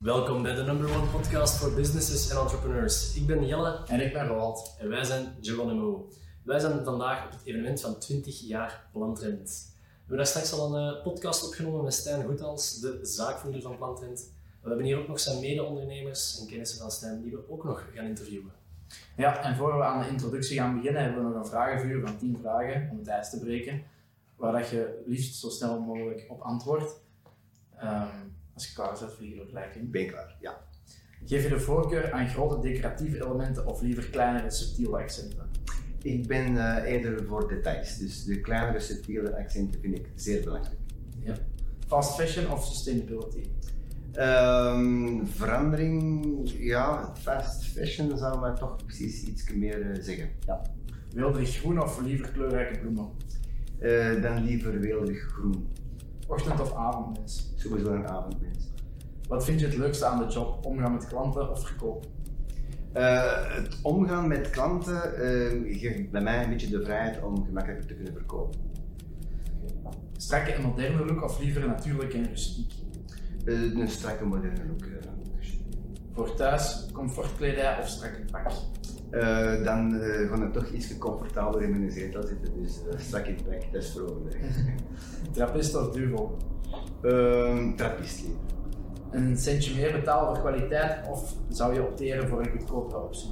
Welkom bij de number one podcast voor businesses en entrepreneurs. Ik ben Jelle. En ik ben Roald. En wij zijn Geronimo. Wij zijn vandaag op het evenement van 20 jaar Plantrend. We hebben daar straks al een podcast opgenomen met Stijn Goethals, de zaakvoerder van Plantrend. We hebben hier ook nog zijn mede-ondernemers en kennissen van Stijn die we ook nog gaan interviewen. Ja, en voor we aan de introductie gaan beginnen hebben we nog een vragenvuur van 10 vragen om het ijs te breken, waar dat je liefst zo snel mogelijk op antwoordt. Als je klaar bent, vliegen we gelijk in. Ben je klaar? Ja. Geef je de voorkeur aan grote decoratieve elementen of liever kleinere subtiele accenten? Ik ben eerder voor details, dus de kleinere subtiele accenten vind ik zeer belangrijk. Ja. Fast fashion of sustainability? Verandering, ja, fast fashion zou maar toch precies iets meer zeggen. Ja. Weelderig groen of liever kleurrijke bloemen? Dan liever weelderig groen. Ochtend- of avondmens? Sowieso een avondmens. Wat vind je het leukste aan de job? Omgaan met klanten of verkopen? Het omgaan met klanten geeft bij mij een beetje de vrijheid om gemakkelijker te kunnen verkopen. Strakke en moderne look of liever natuurlijk en rustiek? Een strakke moderne look. Voor thuis, comfortkledij of strak in pak? Dan gaan we toch iets comfortabeler in mijn zetel zitten, dus strak in het pak, dat is voor overleg. Trappist of duvel? Trappist liever. Een centje meer betalen voor kwaliteit of zou je opteren voor een goedkopere optie?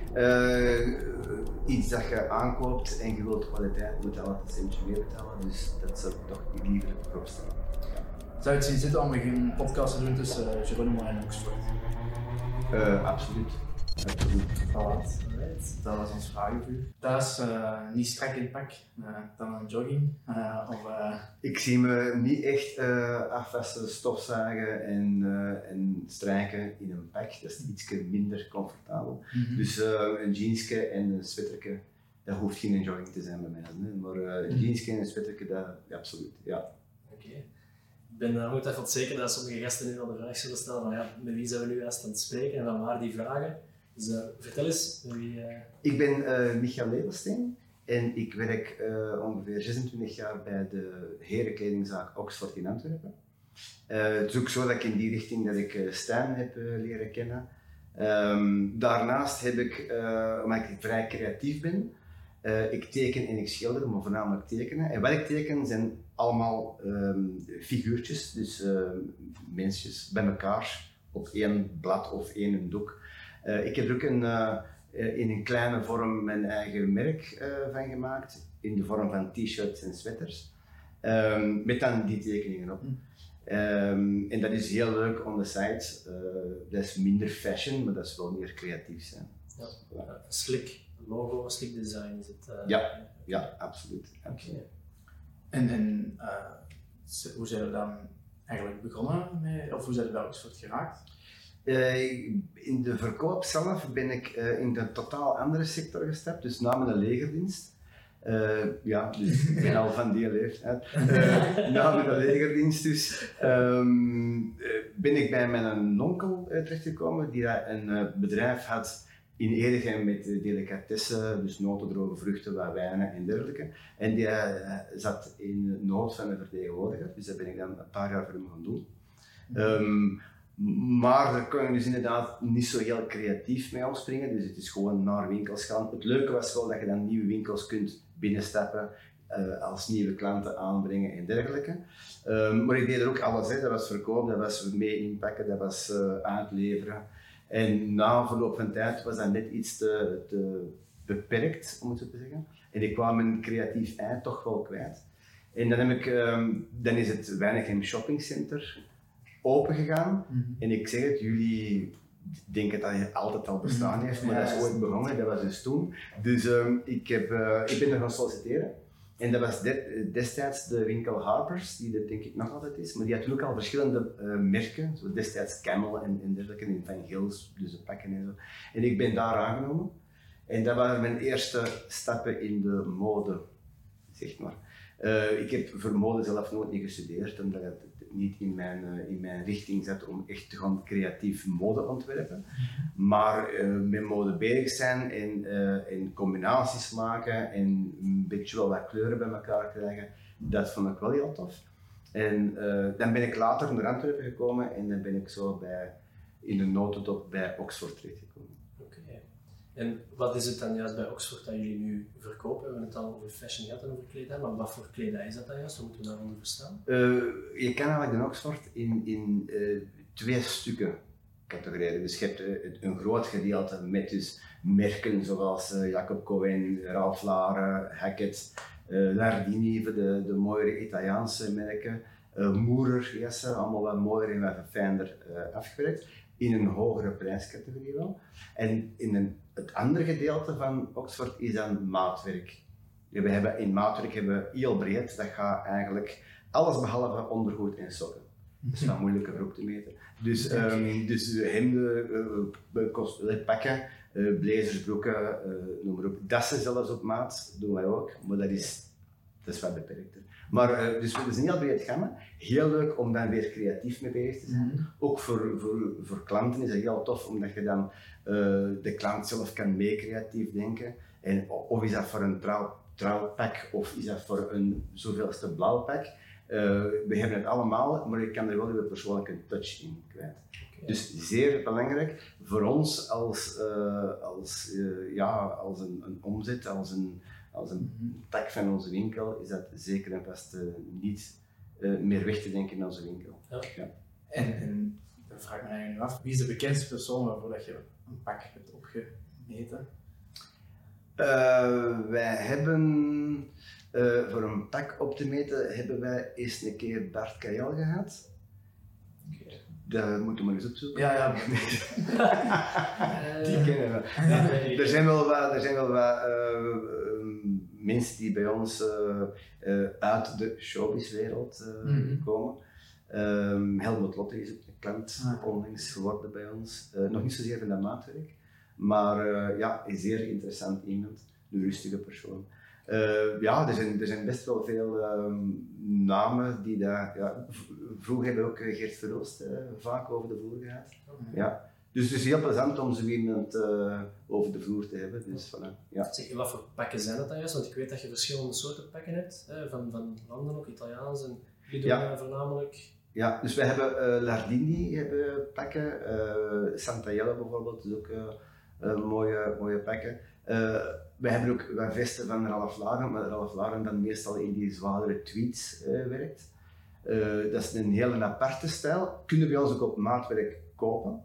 Iets dat je aankoopt en je wilt kwaliteit, moet je altijd een centje meer betalen, dus dat zou ik toch liever erop stellen. Zou je het zien zitten om een podcast te doen tussen Geronimo en Oxford? Absoluut. Absoluut. Alright. Dat was ons vragenvuur. Thuis niet strak in pak, dan een jogging. Ik zie me niet echt afwassen, stofzuigen en strijken in een pak. Dat is iets minder comfortabel. Mm-hmm. Dus een jeansje en een sweaterke, dat hoeft geen jogging te zijn bij mij. Hè? Maar een jeansje en een sweaterke, dat absoluut. Ja. Oké. Ik ben ongetwijfeld zeker dat sommige gasten nu al de vraag zullen stellen van ja, met wie zijn we nu juist aan het spreken en van waar die vragen. Dus vertel eens, met wie... Ik ben Michael Levelsteen en ik werk ongeveer 26 jaar bij de herenkledingzaak Oxford in Antwerpen. Het is ook zo dat ik in die richting dat ik Stijn heb leren kennen. Daarnaast heb ik, omdat ik vrij creatief ben, ik teken en ik schilder, maar voornamelijk tekenen. En wat ik teken zijn allemaal figuurtjes, dus mensjes bij elkaar op één blad of één doek. Ik heb er ook in een kleine vorm mijn eigen merk van gemaakt, in de vorm van t-shirts en sweaters, met dan die tekeningen op. En dat is heel leuk on the site. Dat is minder fashion, maar dat is wel meer creatief zijn. Ja, slick logo, slick design is het. Ja, absoluut. Okay. En hoe zijn we dan eigenlijk begonnen mee, of hoe zijn we bij Oxford geraakt? In de verkoop zelf ben ik in een totaal andere sector gestapt, dus na mijn legerdienst. Dus ik ben al van die leeftijd. Na mijn legerdienst dus ben ik bij mijn onkel terechtgekomen die een bedrijf had in Edegem met delicatessen, dus notendroge vruchten, wat wijnen en dergelijke. En die zat in nood van een vertegenwoordiger, dus dat ben ik dan een paar jaar voor hem gaan doen. Maar daar kon je dus inderdaad niet zo heel creatief mee omspringen, dus het is gewoon naar winkels gaan. Het leuke was wel dat je dan nieuwe winkels kunt binnenstappen, als nieuwe klanten aanbrengen en dergelijke. Maar ik deed er ook alles, hè. Dat was verkoop, dat was mee inpakken, dat was uitleveren. En na verloop van tijd was dat net iets te beperkt, om het zo te zeggen. En ik kwam mijn creatief ei toch wel kwijt. En dan is het Weinigem Shopping Center open gegaan. Mm-hmm. En ik zeg het, jullie denken dat hij altijd al bestaan heeft, maar dat is ooit begonnen, dat was dus toen. Dus ik ben er gaan solliciteren. En dat was destijds de winkel Harper's, die dat denk ik nog altijd is, maar die had toen ook al verschillende merken, zo destijds Camel en dergelijke, en Van Gils, dus de pakken en zo. En ik ben daar aangenomen. En dat waren mijn eerste stappen in de mode, zeg maar. Ik heb voor mode zelf nooit niet gestudeerd, omdat het niet in mijn richting zat om echt te gaan creatief mode ontwerpen. Maar met mode bezig zijn en combinaties maken en een beetje wel wat kleuren bij elkaar krijgen, dat vond ik wel heel tof. En dan ben ik later naar Antwerpen gekomen en dan ben ik zo bij in de notendop bij Oxford terechtgekomen. Oké. En wat is het dan juist bij Oxford dat jullie nu verkopen? We hebben het al over fashion gehad en over kledij, maar wat voor kledij is dat dan juist? Wat moeten we daaronder verstaan? Je kan eigenlijk de Oxford in 2 stukken categoreren. Dus je hebt een groot gedeelte met dus merken zoals Jacob Cohen, Ralph Lauren, Hackett, Lardini voor de mooiere Italiaanse merken, Moorer, jassen, allemaal wat mooier en wat fijner afgewerkt, in een hogere prijscategorie wel. En het andere gedeelte van Oxford is dan maatwerk. In maatwerk hebben we heel breed, dat gaat eigenlijk alles behalve ondergoed en sokken. Dat is wat moeilijker voor op te meten. Dus hemden, pakken, blazers, broeken, noem maar op. Dassen zelfs op maat doen wij ook, maar dat is wat beperkter. Maar dus het is een heel breed gamma. Heel leuk om dan weer creatief mee bezig te zijn. Ook voor klanten is het heel tof, omdat je dan de klant zelf kan mee creatief denken. En of is dat voor een trouwpak of is dat voor een zoveelste blauwpak. We hebben het allemaal, maar je kan er wel je persoonlijke touch in kwijt. Okay. Dus zeer belangrijk voor ons als een omzet, als een tak van onze winkel, is dat zeker en vast niet meer weg te denken in onze winkel. Ja. Ja. En dan vraag ik me eigenlijk nu af, wie is de bekendste persoon waarvoor dat je een pak hebt opgemeten? Wij hebben, voor een pak op te meten, hebben wij eerst een keer Bart Kael gehad. Okay. Dat moeten we maar eens opzoeken. Ja. Die kennen we. Er zijn wel wat mensen die bij ons uit de showbizwereld komen. Helmut Lotte is ook een klant onlangs geworden bij ons. Nog niet zozeer van dat maatwerk. Maar een zeer interessant iemand, een rustige persoon. Er zijn best wel veel namen die daar. Ja, vroeger hebben we ook Geert Verhulst vaak over de vloer gehad. Ja. Dus het is heel plezant om zo iemand over de vloer te hebben. Dus, voilà, ja. Zeg, wat voor pakken zijn dat dan juist? Want ik weet dat je verschillende soorten pakken hebt, van landen ook, Italiaans en jullie doen voornamelijk. Ja, dus we hebben Lardini pakken, Sant'Aiello bijvoorbeeld, is ook mooie pakken. We hebben ook wat vesten van Ralph Lauren, maar Ralph Lauren dan meestal in die zwaardere tweeds werkt. Dat is een hele aparte stijl, kunnen we ons ook op maatwerk kopen.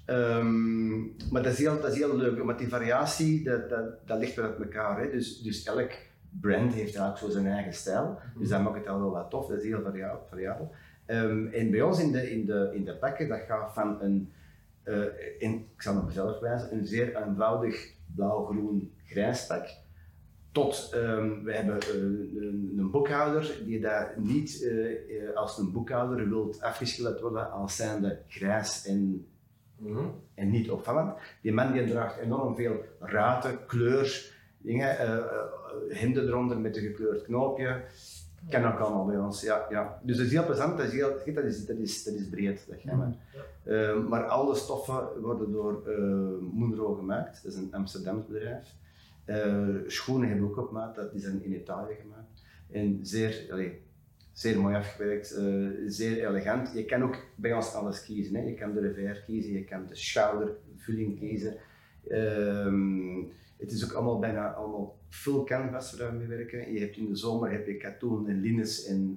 Maar dat is heel leuk, want die variatie dat ligt wel uit elkaar. Hè. Dus elk brand heeft eigenlijk zo zijn eigen stijl, dus dat maakt het al wel wat tof, dat is heel variabel. En bij ons in de pakken, dat gaat van ik zal het mezelf wijzen, een zeer eenvoudig blauw-groen-grijs pak, tot we hebben een boekhouder die dat niet als een boekhouder wilt afgeschilderd worden als zijnde grijs en niet opvallend. Die man die draagt enorm veel raten, kleur, dingen, hemden eronder met een gekleurd knoopje. Kan ook allemaal bij ons, ja. Dus het is heel plezant, dat is breed, dat gaan we. Maar alle stoffen worden door Munro gemaakt, dat is een Amsterdams bedrijf. Schoenen hebben we ook op maat, dat is in Italië gemaakt. En zeer mooi afgewerkt, zeer elegant. Je kan ook bij ons alles kiezen, hè. Je kan de revers kiezen, je kan de schoudervulling kiezen. Het is ook allemaal full canvas waar we mee werken. Je hebt in de zomer heb je katoen en linnens en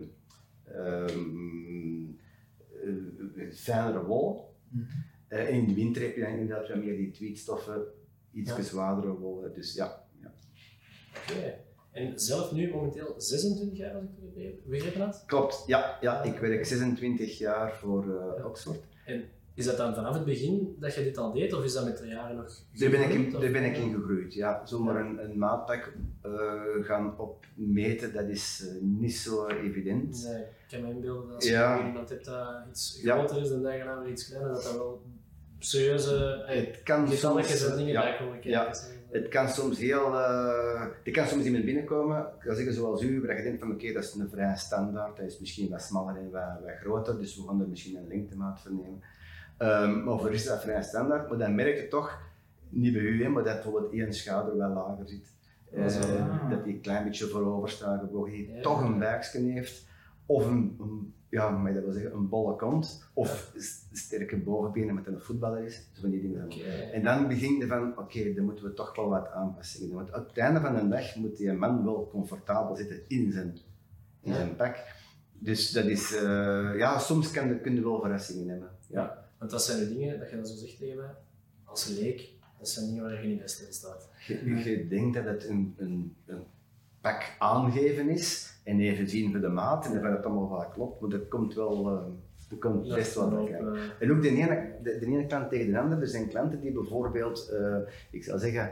fijnere wol. En in de winter heb je dan inderdaad wat meer die tweedstoffen, iets zwaardere wol. Dus ja. Oké. En zelf nu momenteel 26 jaar, als ik het begrepen had? Klopt, ja. Ik werk 26 jaar voor Oxford. En is dat dan vanaf het begin dat je dit al deed, of is dat met de jaren nog Daar ben ik in gegroeid, ja. Zomaar een maatpak gaan opmeten, dat is niet zo evident. Nee, ik kan me inbeelden dat als je iemand hebt dat iets groter is dan dat je nou weer iets kleiner, dat dat wel serieuze getalletjes en dingen bij komen kijken. Ja. Het kan soms iemand binnenkomen, ik ga zeggen zoals u, waar je denkt van oké, dat is een vrij standaard, dat is misschien wat smaller en wat groter, dus we gaan er misschien een lengtemaat voor nemen. Maar voor is dat vrij standaard, maar dan merk je toch, niet bij u, maar dat bijvoorbeeld één schouder wel lager zit. Dat die een klein beetje voorover staat gebogen, die toch een buikje heeft, of ja, mag je dat wel zeggen, een bolle kont of sterke bovenbenen met een voetballer is, zo van die dingen. Okay. En dan begin je van, oké, dan moeten we toch wel wat aanpassingen doen. Want op het einde van de dag moet die man wel comfortabel zitten in zijn pak. Dus dat is, soms kun je wel verrassingen hebben. Ja. Want dat zijn de dingen, dat je dat zo zegt tegen mij, als leek, dat zijn dingen waar je niet best in staat. Je denkt dat het een pak aangeven is en even zien voor de maat en dat het allemaal wel klopt, maar dat komt wel, best wel bij kijken. En ook de ene klant tegen de andere. Er zijn klanten die bijvoorbeeld, ik zou zeggen,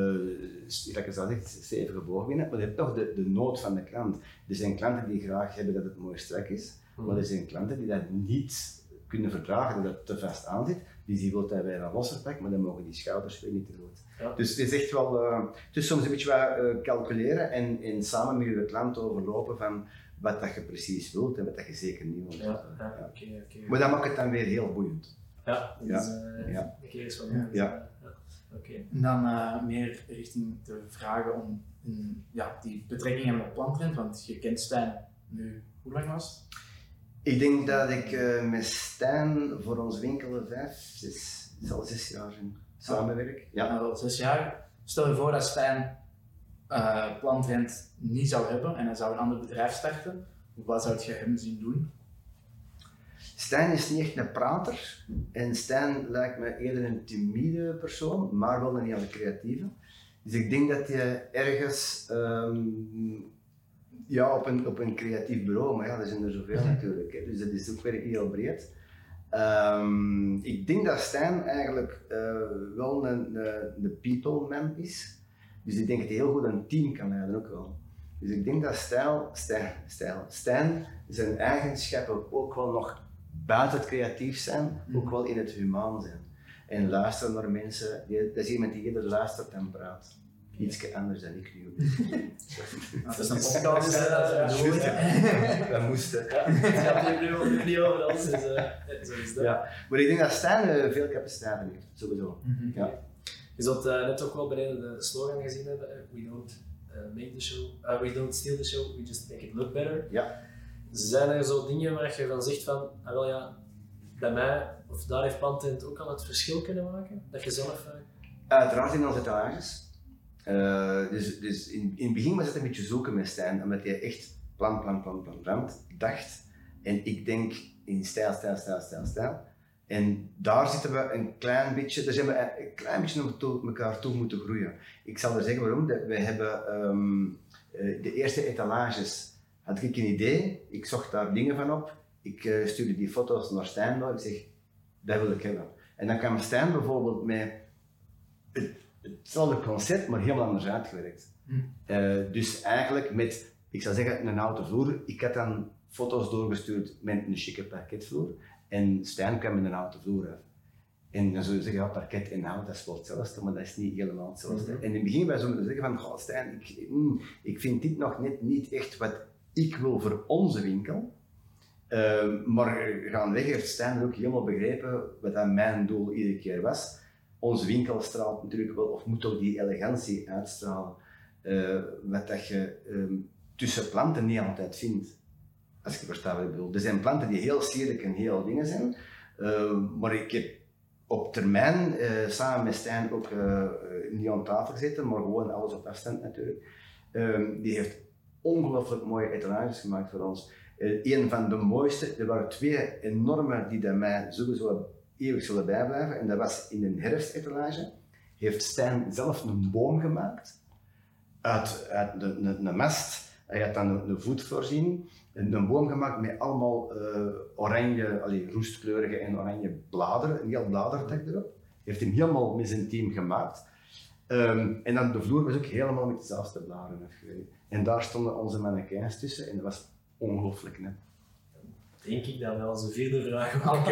stevige bovenbenen, maar je hebt toch de nood van de klant. Er zijn klanten die graag hebben dat het mooi strak is, maar er zijn klanten die dat niet kunnen verdragen, dat het te vast aanzit. Dus die wil dat wij een losser pak, maar dan mogen die schouders weer niet te groot. Ja. Dus het is echt wel, het is soms een beetje wat calculeren en samen met je klant overlopen van wat dat je precies wilt en wat dat je zeker niet wilt. Okay. Maar dat maakt het dan weer heel boeiend. Ja, dus een keer eens wat doen. Ja. Okay. En dan meer richting de vragen om die betrekking hebben op Plantrend, want je kent Stijn nu, hoe lang was het? Ik denk dat ik met Stijn voor ons winkel 6 jaar samenwerk. Ja. Wel 6 jaar. Stel je voor dat Stijn Plantrend niet zou hebben en hij zou een ander bedrijf starten. Wat zou je hem zien doen? Stijn is niet echt een prater en Stijn lijkt me eerder een timide persoon, maar wel een hele creatieve. Dus ik denk dat hij ergens op een creatief bureau, maar ja, er zijn er zoveel natuurlijk, hè. Dus dat is ook weer heel breed. Ik denk dat Stijn eigenlijk wel een people man is. Dus ik denk dat hij heel goed een team kan leiden ook wel. Dus ik denk dat Stijn zijn eigenschappen ook wel nog buiten het creatief zijn, ook wel in het humaan zijn. En luisteren naar mensen, dat is iemand die eerder luistert en praat. Iets anders dan ik nu. Dat is een podcast. Dat moest. Het gaat hier niet over alles, dus zo is dat. Ja. Maar ik denk dat Stijn veel capaciteiten heeft, sowieso. Ja. Je zult net ook wel beneden de slogan gezien hebben, we don't make the show, we don't steal the show, we just make it look better. Ja. Zijn er zo dingen waar je van zegt van, bij mij, of daar heeft Plantrend ook al het verschil kunnen maken? Dat je zelf... Uiteraard in onze etalages. Dus in het begin was het een beetje zoeken met Stijn, omdat hij echt plan dacht. En ik denk in stijl. En daar zitten we een klein beetje, daar zijn we een klein beetje naar elkaar toe moeten groeien. Ik zal er zeggen waarom. We hebben de eerste etalages, had ik een idee, ik zocht daar dingen van op, ik stuurde die foto's naar Stijn door, ik zeg, dat wil ik hebben. En dan kwam Stijn bijvoorbeeld met hetzelfde concept, maar helemaal anders uitgewerkt. Dus eigenlijk met, ik zou zeggen, een houten vloer. Ik had dan foto's doorgestuurd met een chique parketvloer en Stijn kwam met een houten vloer uit. En dan zou je zeggen, ja, parket en hout, dat is wel hetzelfde, maar dat is niet helemaal hetzelfde. En in het begin wij zouden zeggen van, goh Stijn, ik vind dit nog net niet echt wat ik wil voor onze winkel. Maar gaandeweg heeft Stijn ook helemaal begrepen wat dat mijn doel iedere keer was. Onze winkel straalt natuurlijk wel, of moet ook die elegantie uitstralen, wat dat je tussen planten niet altijd vindt. Als je verstaat wat ik bedoel. Er zijn planten die heel sierlijk en heel dingen zijn, maar ik heb op termijn samen met Stijn ook niet aan tafel gezeten, maar gewoon alles op afstand natuurlijk. Die heeft ongelooflijk mooie etalages gemaakt voor ons. Een van de mooiste, er waren 2 enorme die dat mij sowieso eeuwig zullen bijblijven. En dat was in een herfstetalage. Heeft Stijn zelf een boom gemaakt uit een mast. Hij had dan een voet voorzien. Een boom gemaakt met allemaal oranje, roestkleurige en oranje bladeren. Een heel bladertek erop. Heeft hem helemaal met zijn team gemaakt. En dan de vloer was ook helemaal met dezelfde bladeren afgewerkt. En daar stonden onze mannequins tussen en dat was ongelooflijk net. Denk ik dat we onze 4e vraag sorry.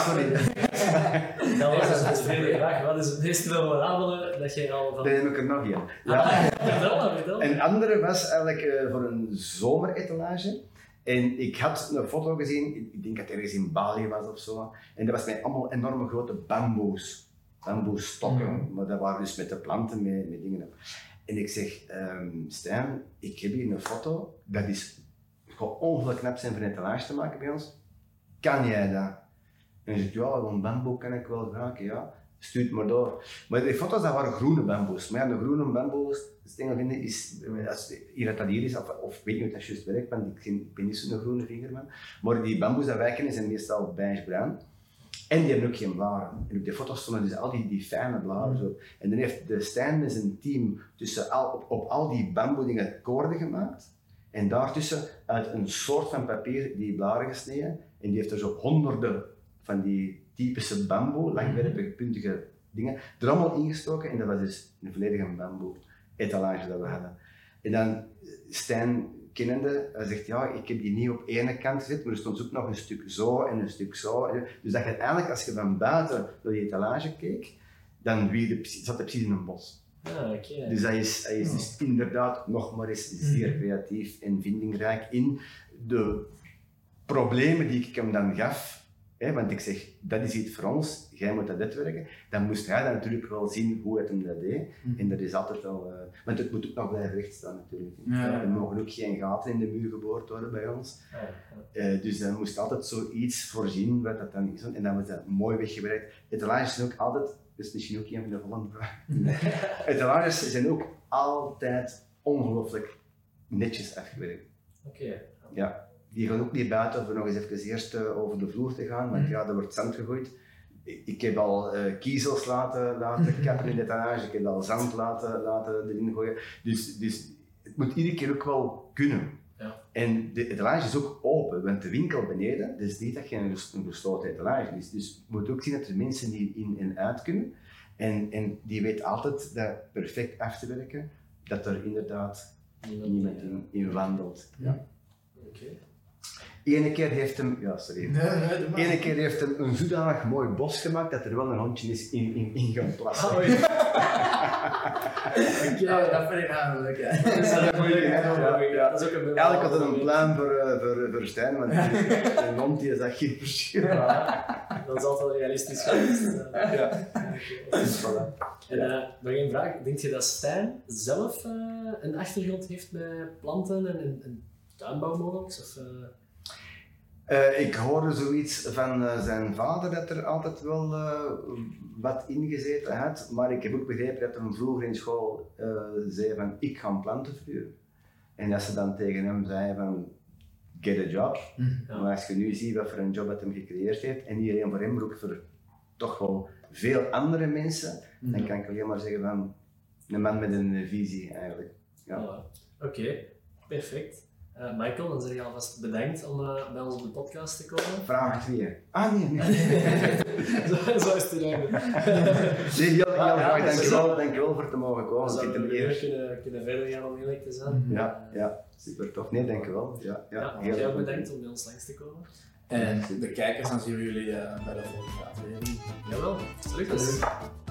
Dat was onze 4e vraag. Wat is het meest memorabele dat jij al van... Dan heb ik er nog een. Ja. Vertel. Een andere was eigenlijk voor een zomeretalage. En ik had een foto gezien, ik denk dat het ergens in Bali was of zo. En dat was met allemaal enorme grote bamboestokken. Maar dat waren dus met de planten, met dingen op. En ik zeg, Stijn, ik heb hier een foto, dat is gaat ongelooflijk knap zijn voor een etalage te maken bij ons. Kan jij dat? En je zegt, ja, een bamboe kan ik wel gebruiken, ja. Stuur het maar door. Maar de foto's dat waren groene bamboes. Maar ja, de groene bamboes, vinden is, als hier is, of weet niet hoe dat juist werkt, want ik ben niet zo'n groene vingerman. Maar die bamboes dat wij kennen zijn meestal beige-bruin. En die hebben ook geen blaren. En op die foto's stonden dus al die fijne blaren. Zo. En dan heeft de Stijn met zijn team op al die bamboe dingen koorden gemaakt. En daartussen uit een soort van papier die blaren gesneden. En die heeft er zo honderden van die typische bamboe, langwerpige, puntige dingen, er allemaal ingestoken. En dat was dus een volledige bamboe etalage dat we hadden. En dan Stijn kennende, hij zegt ja, ik heb die niet op ene kant gezet, maar er stond ook nog een stuk zo en een stuk zo. Dus dat je eigenlijk, als je van buiten door die etalage keek, dan zat hij precies in een bos. Ah, okay. Dus hij is dus inderdaad nog maar eens zeer creatief en vindingrijk in de problemen die ik hem dan gaf. Want ik zeg, dat is iets voor ons, jij moet dat uitwerken. Dan moest hij dan natuurlijk wel zien hoe het hem dat deed. En dat is altijd wel... want het moet ook nog blijven rechtstaan natuurlijk. Ja. Er mogen ook geen gaten in de muur geboord worden bij ons. Dus dan moest altijd zoiets voorzien wat dat dan is. En dan was dat mooi weggewerkt. Etalages zijn ook altijd... Dat is misschien ook een van de volgende vragen. Etalages zijn ook altijd ongelooflijk netjes afgewerkt. Oké. Ja. Die gaan ook niet buiten voor nog eens even eerst over de vloer te gaan, want ja, er wordt zand gegooid. Ik heb al kiezels laten kappen in de etalage, ik heb al zand laten erin gooien. Dus het moet iedere keer ook wel kunnen. Ja. En de etalage is ook open, want de winkel beneden, dus niet dat je een gesloten etalage is. Dus je moet ook zien dat er mensen die in en uit kunnen. En die weet altijd dat perfect af te werken, dat er inderdaad niemand in wandelt. Ja. Oké. Ene keer heeft hem, Ene keer heeft hem een zodanig mooi bos gemaakt dat er wel een hondje is in gaan plassen. Oh, ja. Ja, dat vind ik namelijk. Ja. Dat is een goeie. Ja, dat is ook een Eigenlijk had hij een plan voor Stijn, want een hond die zag geen verschil. Ja, dat is altijd wel realistisch geweest. Ja. Dus voilà. En nog één vraag, denk je dat Stijn zelf een achtergrond heeft bij planten en tuinbouw mogelijk? Of, ik hoorde zoiets van zijn vader dat er altijd wel wat ingezeten had, maar ik heb ook begrepen dat hij vroeger in school zei van ik ga planten verhuren. En dat ze dan tegen hem zei van get a job. Ja. Maar als je nu ziet wat voor een job dat hem gecreëerd heeft, en niet alleen voor hem, maar ook voor toch wel veel andere mensen, dan kan ik alleen maar zeggen van een man met een visie eigenlijk. Ja. Oké, perfect. Michael, dan zeg je alvast bedankt om bij ons op de podcast te komen. Vraag 2. Ah nee. Zo is het eigenlijk. Nee, heel graag, dankjewel voor te mogen komen. We Ik vind het een eer. kunnen verder gaan om eerlijk te zijn. Ja, super tof. Nee, dankjewel. Ja, heel erg bedankt om bij ons langs te komen. En de kijkers, dan zien we jullie bij de volgende aflevering. Jawel, terug.